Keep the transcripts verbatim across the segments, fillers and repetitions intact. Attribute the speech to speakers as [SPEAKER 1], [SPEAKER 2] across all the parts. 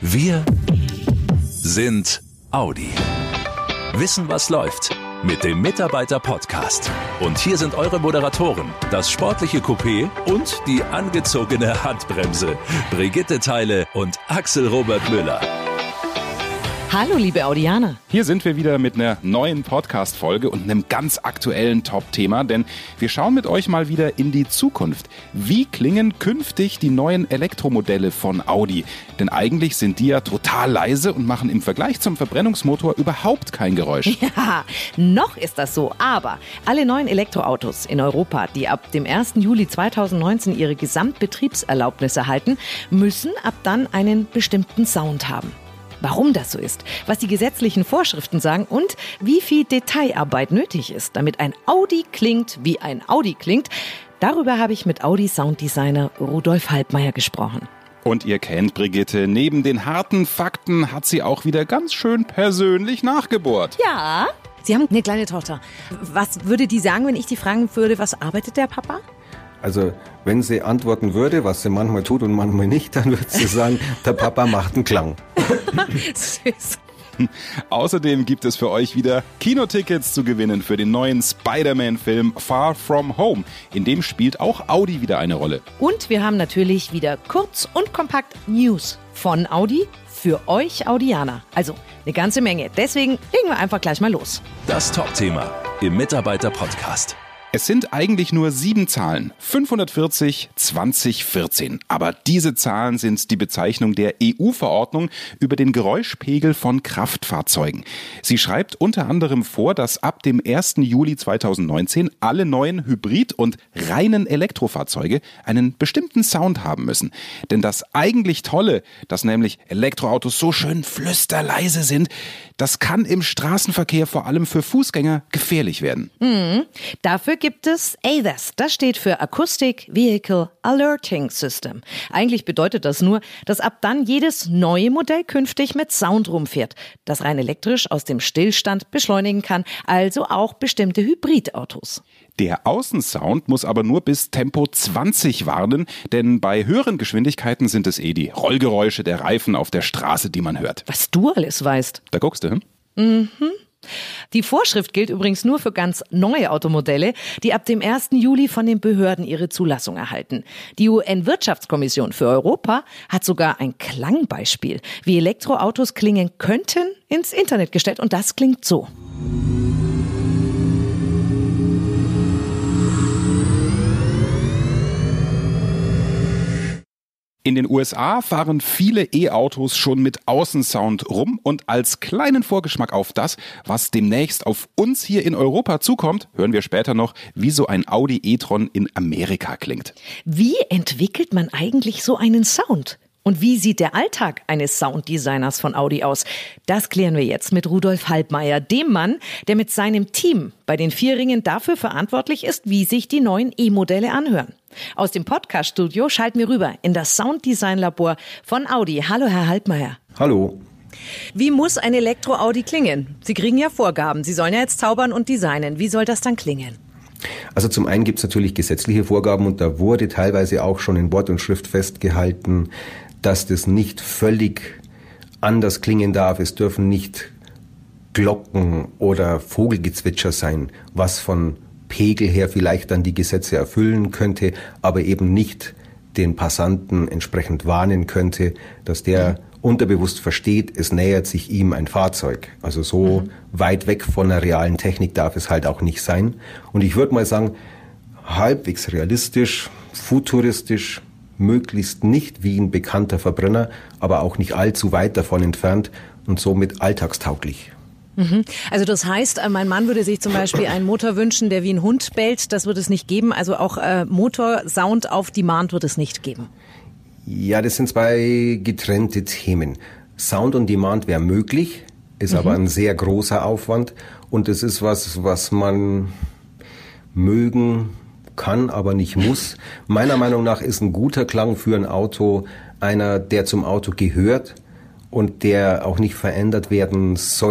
[SPEAKER 1] Wir sind Audi. Wissen, was läuft mit dem Mitarbeiter-Podcast. Und hier sind eure Moderatoren, das sportliche Coupé und die angezogene Handbremse. Brigitte Theile und Axel Robert Müller.
[SPEAKER 2] Hallo liebe Audianer.
[SPEAKER 3] Hier sind wir wieder mit einer neuen Podcast-Folge und einem ganz aktuellen Top-Thema, denn wir schauen mit euch mal wieder in die Zukunft. Wie klingen künftig die neuen Elektromodelle von Audi? Denn eigentlich sind die ja total leise und machen im Vergleich zum Verbrennungsmotor überhaupt kein Geräusch.
[SPEAKER 2] Ja, noch ist das so, aber alle neuen Elektroautos in Europa, die ab dem ersten Juli zweitausendneunzehn ihre Gesamtbetriebserlaubnis erhalten, müssen ab dann einen bestimmten Sound haben. Warum das so ist, was die gesetzlichen Vorschriften sagen und wie viel Detailarbeit nötig ist, damit ein Audi klingt, wie ein Audi klingt, darüber habe ich mit Audi-Sounddesigner Rudolf Halbmeier gesprochen.
[SPEAKER 3] Und ihr kennt Brigitte, neben den harten Fakten hat sie auch wieder ganz schön persönlich nachgebohrt.
[SPEAKER 2] Ja, Sie haben eine kleine Tochter. Was würde die sagen, wenn ich die fragen würde, was arbeitet der Papa?
[SPEAKER 4] Also wenn sie antworten würde, was sie manchmal tut und manchmal nicht, dann würde sie sagen, der Papa macht einen Klang.
[SPEAKER 2] Süß.
[SPEAKER 3] Außerdem gibt es für euch wieder Kinotickets zu gewinnen für den neuen Spider-Man-Film Far From Home. In dem spielt auch Audi wieder eine Rolle.
[SPEAKER 2] Und wir haben natürlich wieder kurz und kompakt News von Audi für euch Audianer. Also eine ganze Menge. Deswegen legen wir einfach gleich mal los.
[SPEAKER 1] Das Top-Thema im Mitarbeiter-Podcast.
[SPEAKER 3] Es sind eigentlich nur sieben Zahlen, fünfhundertvierzig, zwanzig, vierzehn. Aber diese Zahlen sind die Bezeichnung der E U-Verordnung über den Geräuschpegel von Kraftfahrzeugen. Sie schreibt unter anderem vor, dass ab dem ersten Juli zweitausendneunzehn alle neuen Hybrid- und reinen Elektrofahrzeuge einen bestimmten Sound haben müssen. Denn das eigentlich Tolle, dass nämlich Elektroautos so schön flüsterleise sind, das kann im Straßenverkehr vor allem für Fußgänger gefährlich werden.
[SPEAKER 2] Mhm. Dafür gibt es A D A S. Das steht für Acoustic Vehicle Alerting System. Eigentlich bedeutet das nur, dass ab dann jedes neue Modell künftig mit Sound rumfährt, das rein elektrisch aus dem Stillstand beschleunigen kann, also auch bestimmte Hybridautos.
[SPEAKER 3] Der Außensound muss aber nur bis Tempo zwanzig warnen, denn bei höheren Geschwindigkeiten sind es eh die Rollgeräusche der Reifen auf der Straße, die man hört.
[SPEAKER 2] Was du alles weißt.
[SPEAKER 3] Da guckst du, hm?
[SPEAKER 2] Mhm. Die Vorschrift gilt übrigens nur für ganz neue Automodelle, die ab dem ersten Juli von den Behörden ihre Zulassung erhalten. Die U N-Wirtschaftskommission für Europa hat sogar ein Klangbeispiel, wie Elektroautos klingen könnten, ins Internet gestellt und das klingt so.
[SPEAKER 3] In den U S A fahren viele E-Autos schon mit Außensound rum und als kleinen Vorgeschmack auf das, was demnächst auf uns hier in Europa zukommt, hören wir später noch, wie so ein Audi e-tron in Amerika klingt.
[SPEAKER 2] Wie entwickelt man eigentlich so einen Sound? Und wie sieht der Alltag eines Sounddesigners von Audi aus? Das klären wir jetzt mit Rudolf Halbmeier, dem Mann, der mit seinem Team bei den vier Ringen dafür verantwortlich ist, wie sich die neuen E-Modelle anhören. Aus dem Podcast-Studio schalten wir rüber in das Sounddesign-Labor von Audi. Hallo, Herr Halbmeier.
[SPEAKER 4] Hallo.
[SPEAKER 2] Wie muss ein Elektro-Audi klingen? Sie kriegen ja Vorgaben. Sie sollen ja jetzt zaubern und designen. Wie soll das dann klingen?
[SPEAKER 4] Also zum einen gibt es natürlich gesetzliche Vorgaben und da wurde teilweise auch schon in Wort und Schrift festgehalten, dass das nicht völlig anders klingen darf. Es dürfen nicht Glocken oder Vogelgezwitscher sein, was von Pegel her vielleicht dann die Gesetze erfüllen könnte, aber eben nicht den Passanten entsprechend warnen könnte, dass der unterbewusst versteht, es nähert sich ihm ein Fahrzeug. Also so mhm. weit weg von der realen Technik darf es halt auch nicht sein. Und ich würde mal sagen, halbwegs realistisch, futuristisch, möglichst nicht wie ein bekannter Verbrenner, aber auch nicht allzu weit davon entfernt und somit alltagstauglich.
[SPEAKER 2] Mhm. Also das heißt, mein Mann würde sich zum Beispiel einen Motor wünschen, der wie ein Hund bellt. Das wird es nicht geben. Also auch äh, Motorsound auf Demand wird es nicht geben. Ja,
[SPEAKER 4] das sind zwei getrennte Themen. Sound on Demand wäre möglich, ist mhm. aber ein sehr großer Aufwand und es ist was, was man mögen kann, aber nicht muss. Meiner Meinung nach ist ein guter Klang für ein Auto einer, der zum Auto gehört und der auch nicht verändert werden soll.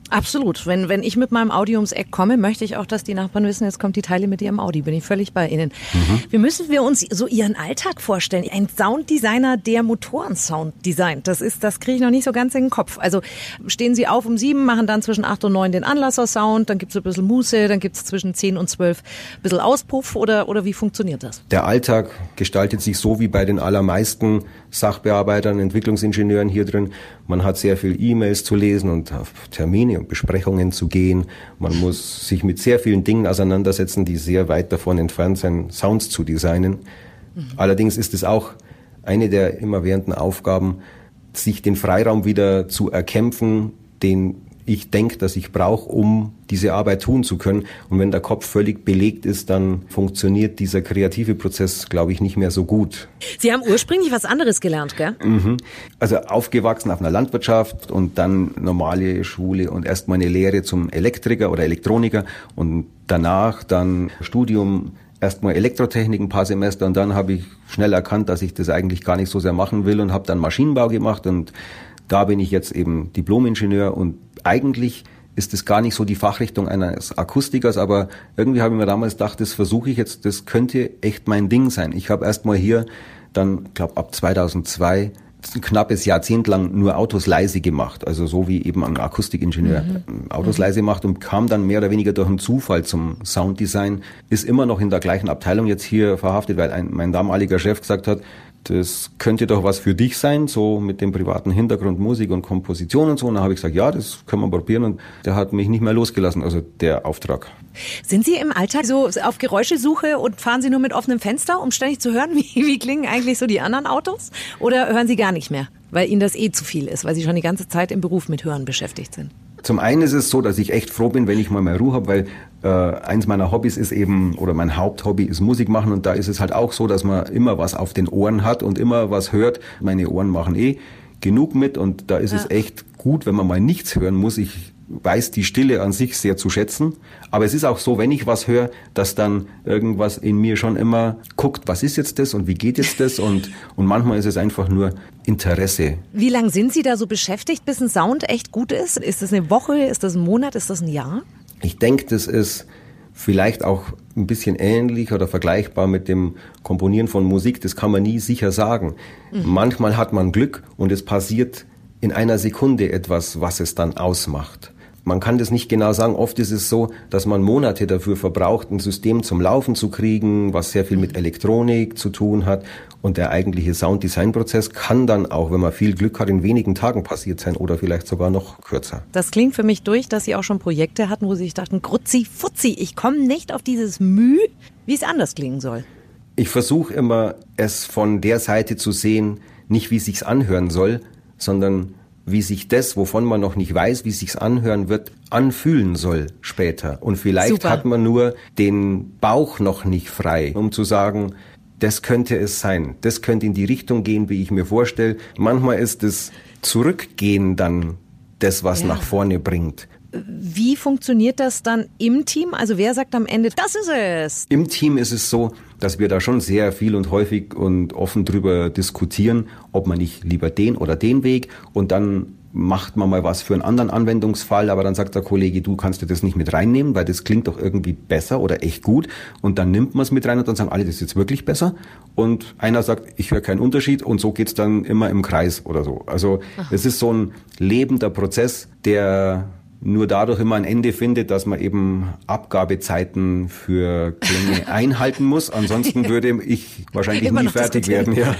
[SPEAKER 2] Absolut. Wenn, wenn ich mit meinem Audi ums Eck komme, möchte ich auch, dass die Nachbarn wissen, jetzt kommt die Teile mit ihrem Audi. Bin ich völlig bei Ihnen. Mhm. Wie müssen wir uns so Ihren Alltag vorstellen? Ein Sounddesigner, der Motorensound designt. Das ist, das kriege ich noch nicht so ganz in den Kopf. Also stehen Sie auf um sieben, machen dann zwischen acht und neun den Anlassersound, dann gibt's ein bisschen Muße, dann gibt's zwischen zehn und zwölf ein bisschen Auspuff oder, oder wie funktioniert das?
[SPEAKER 4] Der Alltag gestaltet sich so wie bei den allermeisten Sachbearbeitern, Entwicklungsingenieuren hier drin. Man hat sehr viel E-Mails zu lesen und auf Termine und Besprechungen zu gehen. Man muss sich mit sehr vielen Dingen auseinandersetzen, die sehr weit davon entfernt sind, Sounds zu designen. Mhm. Allerdings ist es auch eine der immerwährenden Aufgaben, sich den Freiraum wieder zu erkämpfen, den ich denke, dass ich brauche, um diese Arbeit tun zu können. Und wenn der Kopf völlig belegt ist, dann funktioniert dieser kreative Prozess, glaube ich, nicht mehr so gut.
[SPEAKER 2] Sie haben ursprünglich was anderes gelernt, gell?
[SPEAKER 4] Mhm. Also aufgewachsen auf einer Landwirtschaft und dann normale Schule und erst mal eine Lehre zum Elektriker oder Elektroniker und danach dann Studium, erstmal Elektrotechnik ein paar Semester und dann habe ich schnell erkannt, dass ich das eigentlich gar nicht so sehr machen will und habe dann Maschinenbau gemacht und da bin ich jetzt eben Diplom-Ingenieur und eigentlich ist das gar nicht so die Fachrichtung eines Akustikers, aber irgendwie habe ich mir damals gedacht, das versuche ich jetzt, das könnte echt mein Ding sein. Ich habe erstmal hier dann, ich glaube ab zweitausendzwei, ein knappes Jahrzehnt lang nur Autos leise gemacht, also so wie eben ein Akustikingenieur mhm. Autos mhm. leise macht und kam dann mehr oder weniger durch einen Zufall zum Sounddesign, ist immer noch in der gleichen Abteilung jetzt hier verhaftet, weil ein, mein damaliger Chef gesagt hat, das könnte doch was für dich sein, so mit dem privaten Hintergrund Musik und Komposition und so. Und dann habe ich gesagt, ja, das können wir probieren. Und der hat mich nicht mehr losgelassen, also der Auftrag.
[SPEAKER 2] Sind Sie im Alltag so auf Geräuschesuche und fahren Sie nur mit offenem Fenster, um ständig zu hören, wie, wie klingen eigentlich so die anderen Autos? Oder hören Sie gar nicht mehr, weil Ihnen das eh zu viel ist, weil Sie schon die ganze Zeit im Beruf mit Hören beschäftigt sind?
[SPEAKER 4] Zum einen ist es so, dass ich echt froh bin, wenn ich mal mehr Ruhe habe, weil äh, eins meiner Hobbys ist eben, oder mein Haupthobby ist Musik machen und da ist es halt auch so, dass man immer was auf den Ohren hat und immer was hört. Meine Ohren machen eh genug mit und da ist ja. es echt gut, wenn man mal nichts hören muss. Ich weiß die Stille an sich sehr zu schätzen, aber es ist auch so, wenn ich was höre, dass dann irgendwas in mir schon immer guckt, was ist jetzt das und wie geht jetzt das und, und manchmal ist es einfach nur Interesse.
[SPEAKER 2] Wie lange sind Sie da so beschäftigt, bis ein Sound echt gut ist? Ist das eine Woche, ist das ein Monat, ist das ein Jahr?
[SPEAKER 4] Ich denke, das ist vielleicht auch ein bisschen ähnlich oder vergleichbar mit dem Komponieren von Musik, das kann man nie sicher sagen. Mhm. Manchmal hat man Glück und es passiert in einer Sekunde etwas, was es dann ausmacht. Man kann das nicht genau sagen. Oft ist es so, dass man Monate dafür verbraucht, ein System zum Laufen zu kriegen, was sehr viel mit Elektronik zu tun hat. Und der eigentliche Sounddesign-Prozess kann dann auch, wenn man viel Glück hat, in wenigen Tagen passiert sein oder vielleicht sogar noch kürzer.
[SPEAKER 2] Das klingt für mich durch, dass Sie auch schon Projekte hatten, wo Sie sich dachten, Grutzi, Futzi, ich komme nicht auf dieses Müh, wie es anders klingen soll.
[SPEAKER 4] Ich versuche immer, es von der Seite zu sehen, nicht wie es sich anhören soll, sondern wie sich das, wovon man noch nicht weiß, wie es sich anhören wird, anfühlen soll später. Und vielleicht Super. Hat man nur den Bauch noch nicht frei, um zu sagen, das könnte es sein. Das könnte in die Richtung gehen, wie ich mir vorstelle. Manchmal ist das Zurückgehen dann das, was ja. nach vorne bringt.
[SPEAKER 2] Wie funktioniert das dann im Team? Also wer sagt am Ende, das ist es?
[SPEAKER 4] Im Team ist es so, dass wir da schon sehr viel und häufig und offen drüber diskutieren, ob man nicht lieber den oder den Weg und dann macht man mal was für einen anderen Anwendungsfall, aber dann sagt der Kollege, du kannst dir das nicht mit reinnehmen, weil das klingt doch irgendwie besser oder echt gut und dann nimmt man es mit rein und dann sagen alle, das ist jetzt wirklich besser und einer sagt, ich höre keinen Unterschied und so geht's dann immer im Kreis oder so. Also es ist so ein lebender Prozess, der nur dadurch immer ein Ende findet, dass man eben Abgabezeiten für Klänge einhalten muss. Ansonsten würde ich wahrscheinlich immer nie fertig werden. Ja.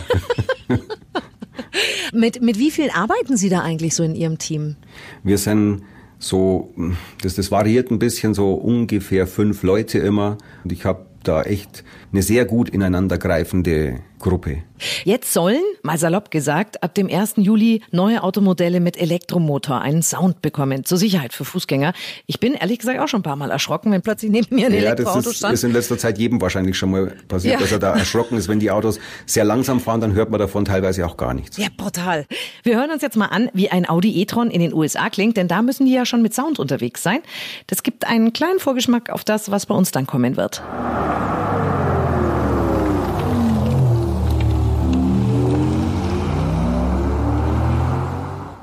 [SPEAKER 2] mit, mit wie viel arbeiten Sie da eigentlich so in Ihrem Team?
[SPEAKER 4] Wir sind so, das, das variiert ein bisschen, so ungefähr fünf Leute immer. Und ich habe da echt eine sehr gut ineinandergreifende Gruppe.
[SPEAKER 2] Jetzt sollen, mal salopp gesagt, ab dem ersten Juli neue Automodelle mit Elektromotor einen Sound bekommen, zur Sicherheit für Fußgänger. Ich bin ehrlich gesagt auch schon ein paar Mal erschrocken, wenn plötzlich neben mir ein ja, Elektroauto
[SPEAKER 4] das ist,
[SPEAKER 2] stand.
[SPEAKER 4] Das ist in letzter Zeit jedem wahrscheinlich schon mal passiert, ja. dass er da erschrocken ist. Wenn die Autos sehr langsam fahren, dann hört man davon teilweise auch gar nichts.
[SPEAKER 2] Ja, brutal. Wir hören uns jetzt mal an, wie ein Audi e-tron in den U S A klingt, denn da müssen die ja schon mit Sound unterwegs sein. Das gibt einen kleinen Vorgeschmack auf das, was bei uns dann kommen wird.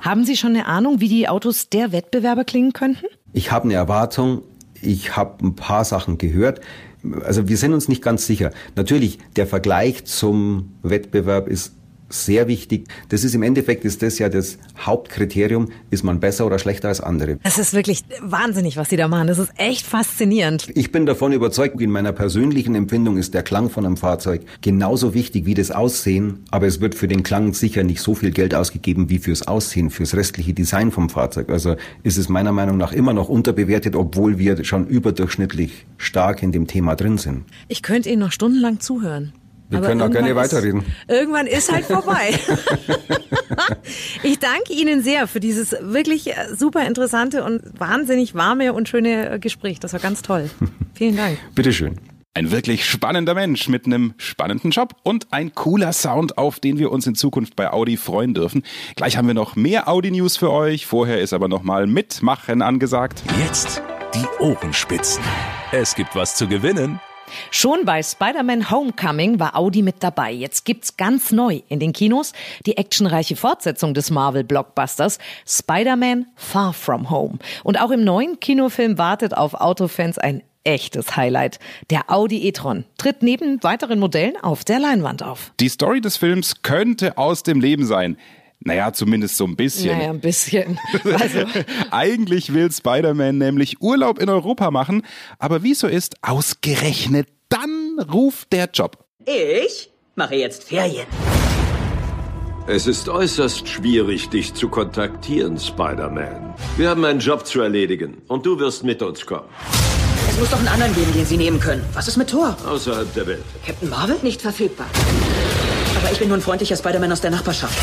[SPEAKER 2] Haben Sie schon eine Ahnung, wie die Autos der Wettbewerber klingen könnten?
[SPEAKER 4] Ich habe eine Erwartung, ich habe ein paar Sachen gehört. Also wir sind uns nicht ganz sicher. Natürlich, der Vergleich zum Wettbewerb ist sehr wichtig. Das ist im Endeffekt, ist das ja das Hauptkriterium, ist man besser oder schlechter als andere.
[SPEAKER 2] Das ist wirklich wahnsinnig, was Sie da machen. Das ist echt faszinierend.
[SPEAKER 4] Ich bin davon überzeugt, in meiner persönlichen Empfindung ist der Klang von einem Fahrzeug genauso wichtig wie das Aussehen, aber es wird für den Klang sicher nicht so viel Geld ausgegeben wie fürs Aussehen, fürs restliche Design vom Fahrzeug. Also ist es meiner Meinung nach immer noch unterbewertet, obwohl wir schon überdurchschnittlich stark in dem Thema drin sind.
[SPEAKER 2] Ich könnte Ihnen noch stundenlang zuhören.
[SPEAKER 4] Wir
[SPEAKER 2] Aber
[SPEAKER 4] können auch gerne
[SPEAKER 2] ist,
[SPEAKER 4] weiterreden.
[SPEAKER 2] Irgendwann ist halt vorbei. Ich danke Ihnen sehr für dieses wirklich super interessante und wahnsinnig warme und schöne Gespräch. Das war ganz toll. Vielen Dank.
[SPEAKER 4] Bitteschön.
[SPEAKER 3] Ein wirklich spannender Mensch mit einem spannenden Job und ein cooler Sound, auf den wir uns in Zukunft bei Audi freuen dürfen. Gleich haben wir noch mehr Audi-News für euch. Vorher ist aber nochmal Mitmachen angesagt.
[SPEAKER 1] Jetzt die Ohrenspitzen. Es gibt was zu gewinnen.
[SPEAKER 2] Schon bei Spider-Man Homecoming war Audi mit dabei. Jetzt gibt's ganz neu in den Kinos die actionreiche Fortsetzung des Marvel-Blockbusters Spider-Man Far From Home. Und auch im neuen Kinofilm wartet auf Autofans ein echtes Highlight. Der Audi e-tron tritt neben weiteren Modellen auf der Leinwand auf.
[SPEAKER 3] Die Story des Films könnte aus dem Leben sein. Naja, zumindest so ein bisschen.
[SPEAKER 2] Naja, ein bisschen. Also.
[SPEAKER 3] Eigentlich will Spider-Man nämlich Urlaub in Europa machen, aber wie es so ist, ausgerechnet dann ruft der Job.
[SPEAKER 5] Ich mache jetzt Ferien.
[SPEAKER 6] Es ist äußerst schwierig, dich zu kontaktieren, Spider-Man. Wir haben einen Job zu erledigen und du wirst mit uns kommen.
[SPEAKER 5] Es muss doch einen anderen geben, den Sie nehmen können. Was ist mit Thor?
[SPEAKER 6] Außerhalb der Welt.
[SPEAKER 5] Captain Marvel? Nicht verfügbar. Aber ich bin nur ein freundlicher Spider-Man aus der Nachbarschaft.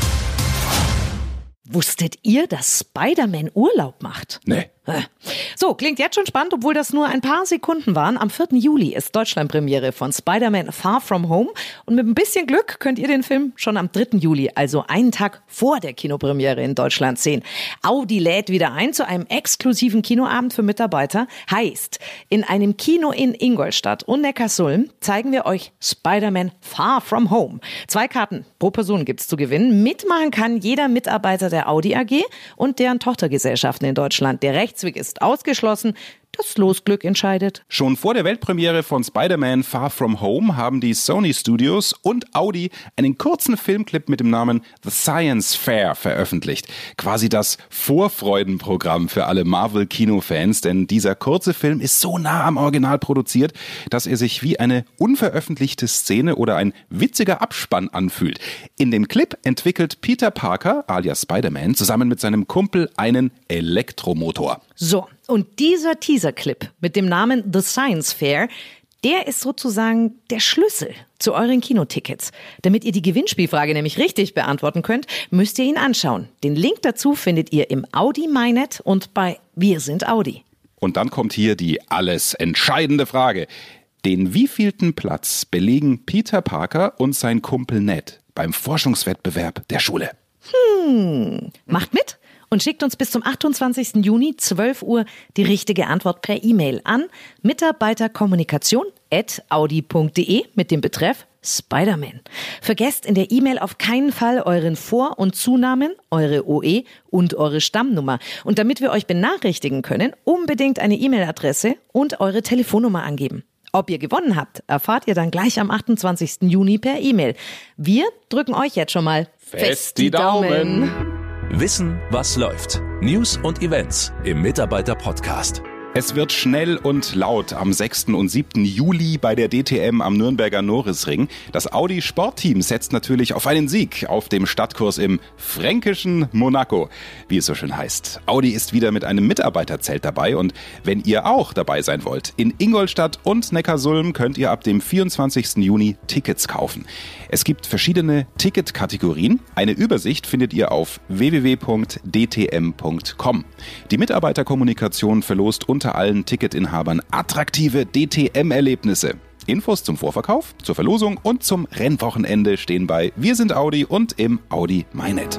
[SPEAKER 2] Wusstet ihr, dass Spider-Man Urlaub macht?
[SPEAKER 3] Nee.
[SPEAKER 2] So, klingt jetzt schon spannend, obwohl das nur ein paar Sekunden waren. Am vierten Juli ist Deutschlandpremiere von Spider-Man Far From Home. Und mit ein bisschen Glück könnt ihr den Film schon am dritten Juli, also einen Tag vor der Kinopremiere in Deutschland sehen. Audi lädt wieder ein zu einem exklusiven Kinoabend für Mitarbeiter. Heißt, in einem Kino in Ingolstadt und Neckarsulm zeigen wir euch Spider-Man Far From Home. Zwei Karten pro Person gibt's zu gewinnen. Mitmachen kann jeder Mitarbeiter der Audi A G und deren Tochtergesellschaften in Deutschland. Der Rechtsweg ist ausgeschlossen. Das Losglück entscheidet.
[SPEAKER 3] Schon vor der Weltpremiere von Spider-Man Far From Home haben die Sony Studios und Audi einen kurzen Filmclip mit dem Namen The Science Fair veröffentlicht. Quasi das Vorfreudenprogramm für alle Marvel-Kinofans, denn dieser kurze Film ist so nah am Original produziert, dass er sich wie eine unveröffentlichte Szene oder ein witziger Abspann anfühlt. In dem Clip entwickelt Peter Parker, alias Spider-Man, zusammen mit seinem Kumpel einen Elektromotor.
[SPEAKER 2] So, und dieser Teaser-Clip mit dem Namen The Science Fair, der ist sozusagen der Schlüssel zu euren Kinotickets. Damit ihr die Gewinnspielfrage nämlich richtig beantworten könnt, müsst ihr ihn anschauen. Den Link dazu findet ihr im Audi MyNet und bei Wir sind Audi.
[SPEAKER 3] Und dann kommt hier die alles entscheidende Frage. Den wievielten Platz belegen Peter Parker und sein Kumpel Ned beim Forschungswettbewerb der Schule?
[SPEAKER 2] Hm, macht mit und schickt uns bis zum achtundzwanzigsten Juni, zwölf Uhr, die richtige Antwort per E-Mail an mitarbeiterkommunikation at audi punkt de mit dem Betreff Spider-Man. Vergesst in der E-Mail auf keinen Fall euren Vor- und Zunamen, eure O E und eure Stammnummer. Und damit wir euch benachrichtigen können, unbedingt eine E-Mail-Adresse und eure Telefonnummer angeben. Ob ihr gewonnen habt, erfahrt ihr dann gleich am achtundzwanzigsten Juni per E-Mail. Wir drücken euch jetzt schon mal
[SPEAKER 3] Fest die Daumen.
[SPEAKER 1] Wissen, was läuft. News und Events im Mitarbeiter-Podcast.
[SPEAKER 3] Es wird schnell und laut am sechsten und siebten Juli bei der D T M am Nürnberger Norisring. Das Audi-Sportteam setzt natürlich auf einen Sieg auf dem Stadtkurs im fränkischen Monaco, wie es so schön heißt. Audi ist wieder mit einem Mitarbeiterzelt dabei und wenn ihr auch dabei sein wollt, in Ingolstadt und Neckarsulm könnt ihr ab dem vierundzwanzigsten Juni Tickets kaufen. Es gibt verschiedene Ticketkategorien. Eine Übersicht findet ihr auf w w w punkt d t m punkt com. Die Mitarbeiterkommunikation verlost unter unter allen Ticketinhabern attraktive D T M-Erlebnisse. Infos zum Vorverkauf, zur Verlosung und zum Rennwochenende stehen bei Wir sind Audi und im Audi MyNet.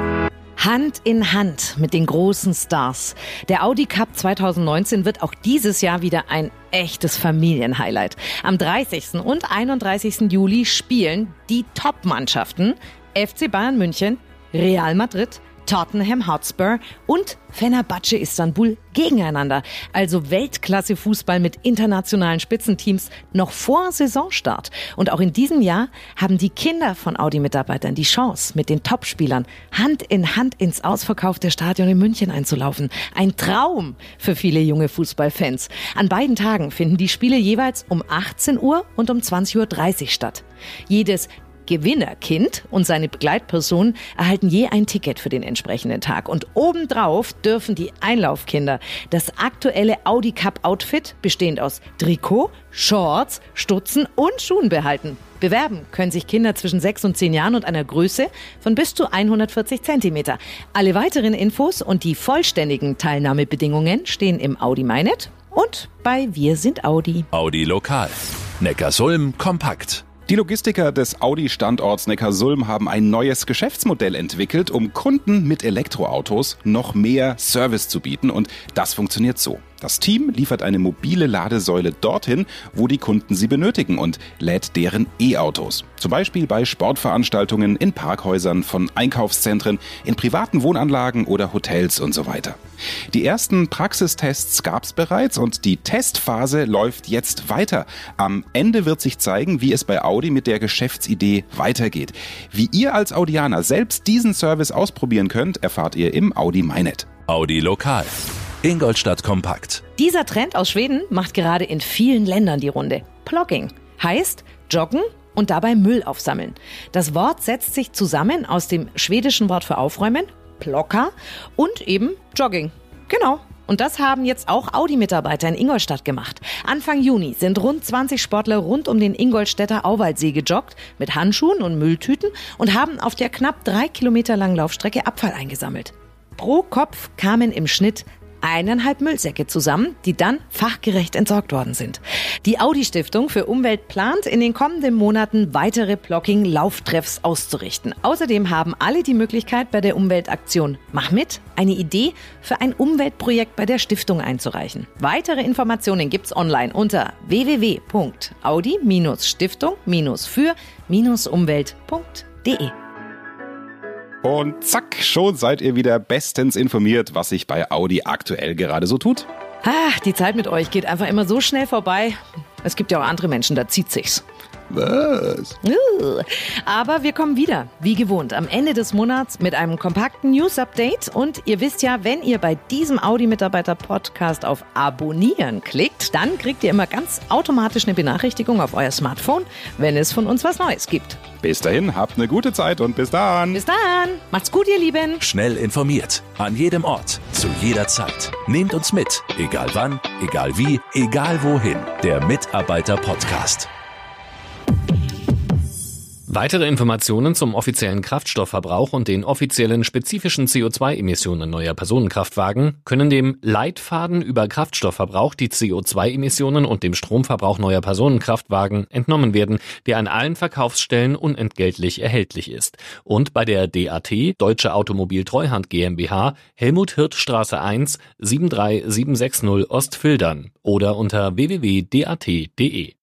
[SPEAKER 2] Hand in Hand mit den großen Stars. Der Audi Cup zwanzig neunzehn wird auch dieses Jahr wieder ein echtes Familienhighlight. Am dreißigsten und einunddreißigsten Juli spielen die Top-Mannschaften F C Bayern München, Real Madrid, Tottenham Hotspur und Fenerbahce Istanbul gegeneinander. Also Weltklasse-Fußball mit internationalen Spitzenteams noch vor Saisonstart. Und auch in diesem Jahr haben die Kinder von Audi-Mitarbeitern die Chance, mit den Topspielern Hand in Hand ins ausverkaufte Stadion in München einzulaufen. Ein Traum für viele junge Fußballfans. An beiden Tagen finden die Spiele jeweils um achtzehn Uhr und um zwanzig Uhr dreißig statt. Jedes Gewinnerkind und seine Begleitperson erhalten je ein Ticket für den entsprechenden Tag. Und obendrauf dürfen die Einlaufkinder das aktuelle Audi Cup Outfit, bestehend aus Trikot, Shorts, Stutzen und Schuhen behalten. Bewerben können sich Kinder zwischen sechs und zehn Jahren und einer Größe von bis zu hundertvierzig Zentimeter. Alle weiteren Infos und die vollständigen Teilnahmebedingungen stehen im Audi MyNet und bei Wir sind Audi.
[SPEAKER 1] Audi Lokal. Neckarsulm kompakt.
[SPEAKER 3] Die Logistiker des Audi-Standorts Neckarsulm haben ein neues Geschäftsmodell entwickelt, um Kunden mit Elektroautos noch mehr Service zu bieten. Und das funktioniert so. Das Team liefert eine mobile Ladesäule dorthin, wo die Kunden sie benötigen und lädt deren E-Autos. Zum Beispiel bei Sportveranstaltungen, in Parkhäusern, von Einkaufszentren, in privaten Wohnanlagen oder Hotels und so weiter. Die ersten Praxistests gab es bereits und die Testphase läuft jetzt weiter. Am Ende wird sich zeigen, wie es bei Audi mit der Geschäftsidee weitergeht. Wie ihr als Audianer selbst diesen Service ausprobieren könnt, erfahrt ihr im Audi MyNet.
[SPEAKER 1] Audi Lokal. Ingolstadt kompakt.
[SPEAKER 2] Dieser Trend aus Schweden macht gerade in vielen Ländern die Runde. Plogging heißt joggen und dabei Müll aufsammeln. Das Wort setzt sich zusammen aus dem schwedischen Wort für aufräumen, Plocka, und eben Jogging. Genau. Und das haben jetzt auch Audi-Mitarbeiter in Ingolstadt gemacht. Anfang Juni sind rund zwanzig Sportler rund um den Ingolstädter Auwaldsee gejoggt mit Handschuhen und Mülltüten und haben auf der knapp drei Kilometer langen Laufstrecke Abfall eingesammelt. Pro Kopf kamen im Schnitt eineinhalb Müllsäcke zusammen, die dann fachgerecht entsorgt worden sind. Die Audi-Stiftung für Umwelt plant, in den kommenden Monaten weitere Plogging-Lauftreffs auszurichten. Außerdem haben alle die Möglichkeit, bei der Umweltaktion Mach mit eine Idee für ein Umweltprojekt bei der Stiftung einzureichen. Weitere Informationen gibt's online unter w w w punkt audi stiftung für umwelt punkt de.
[SPEAKER 3] Und zack, schon seid ihr wieder bestens informiert, was sich bei Audi aktuell gerade so tut.
[SPEAKER 2] Ach, die Zeit mit euch geht einfach immer so schnell vorbei. Es gibt ja auch andere Menschen, da zieht sich's.
[SPEAKER 3] Was?
[SPEAKER 2] Aber wir kommen wieder, wie gewohnt, am Ende des Monats mit einem kompakten News-Update. Und ihr wisst ja, wenn ihr bei diesem Audi-Mitarbeiter-Podcast auf Abonnieren klickt, dann kriegt ihr immer ganz automatisch eine Benachrichtigung auf euer Smartphone, wenn es von uns was Neues gibt.
[SPEAKER 3] Bis dahin, habt eine gute Zeit und bis dann.
[SPEAKER 2] Bis dann. Macht's gut, ihr Lieben.
[SPEAKER 1] Schnell informiert. An jedem Ort. Zu jeder Zeit. Nehmt uns mit. Egal wann, egal wie, egal wohin. Der Mitarbeiter-Podcast.
[SPEAKER 7] Weitere Informationen zum offiziellen Kraftstoffverbrauch und den offiziellen spezifischen C O zwei Emissionen neuer Personenkraftwagen können dem Leitfaden über Kraftstoffverbrauch, die C O zwei Emissionen und dem Stromverbrauch neuer Personenkraftwagen entnommen werden, der an allen Verkaufsstellen unentgeltlich erhältlich ist. Und bei der D A T, Deutsche Automobil Treuhand GmbH, Helmut-Hirth-Straße eins, sieben drei sieben sechs null Ostfildern oder unter w w w punkt d a t punkt d e.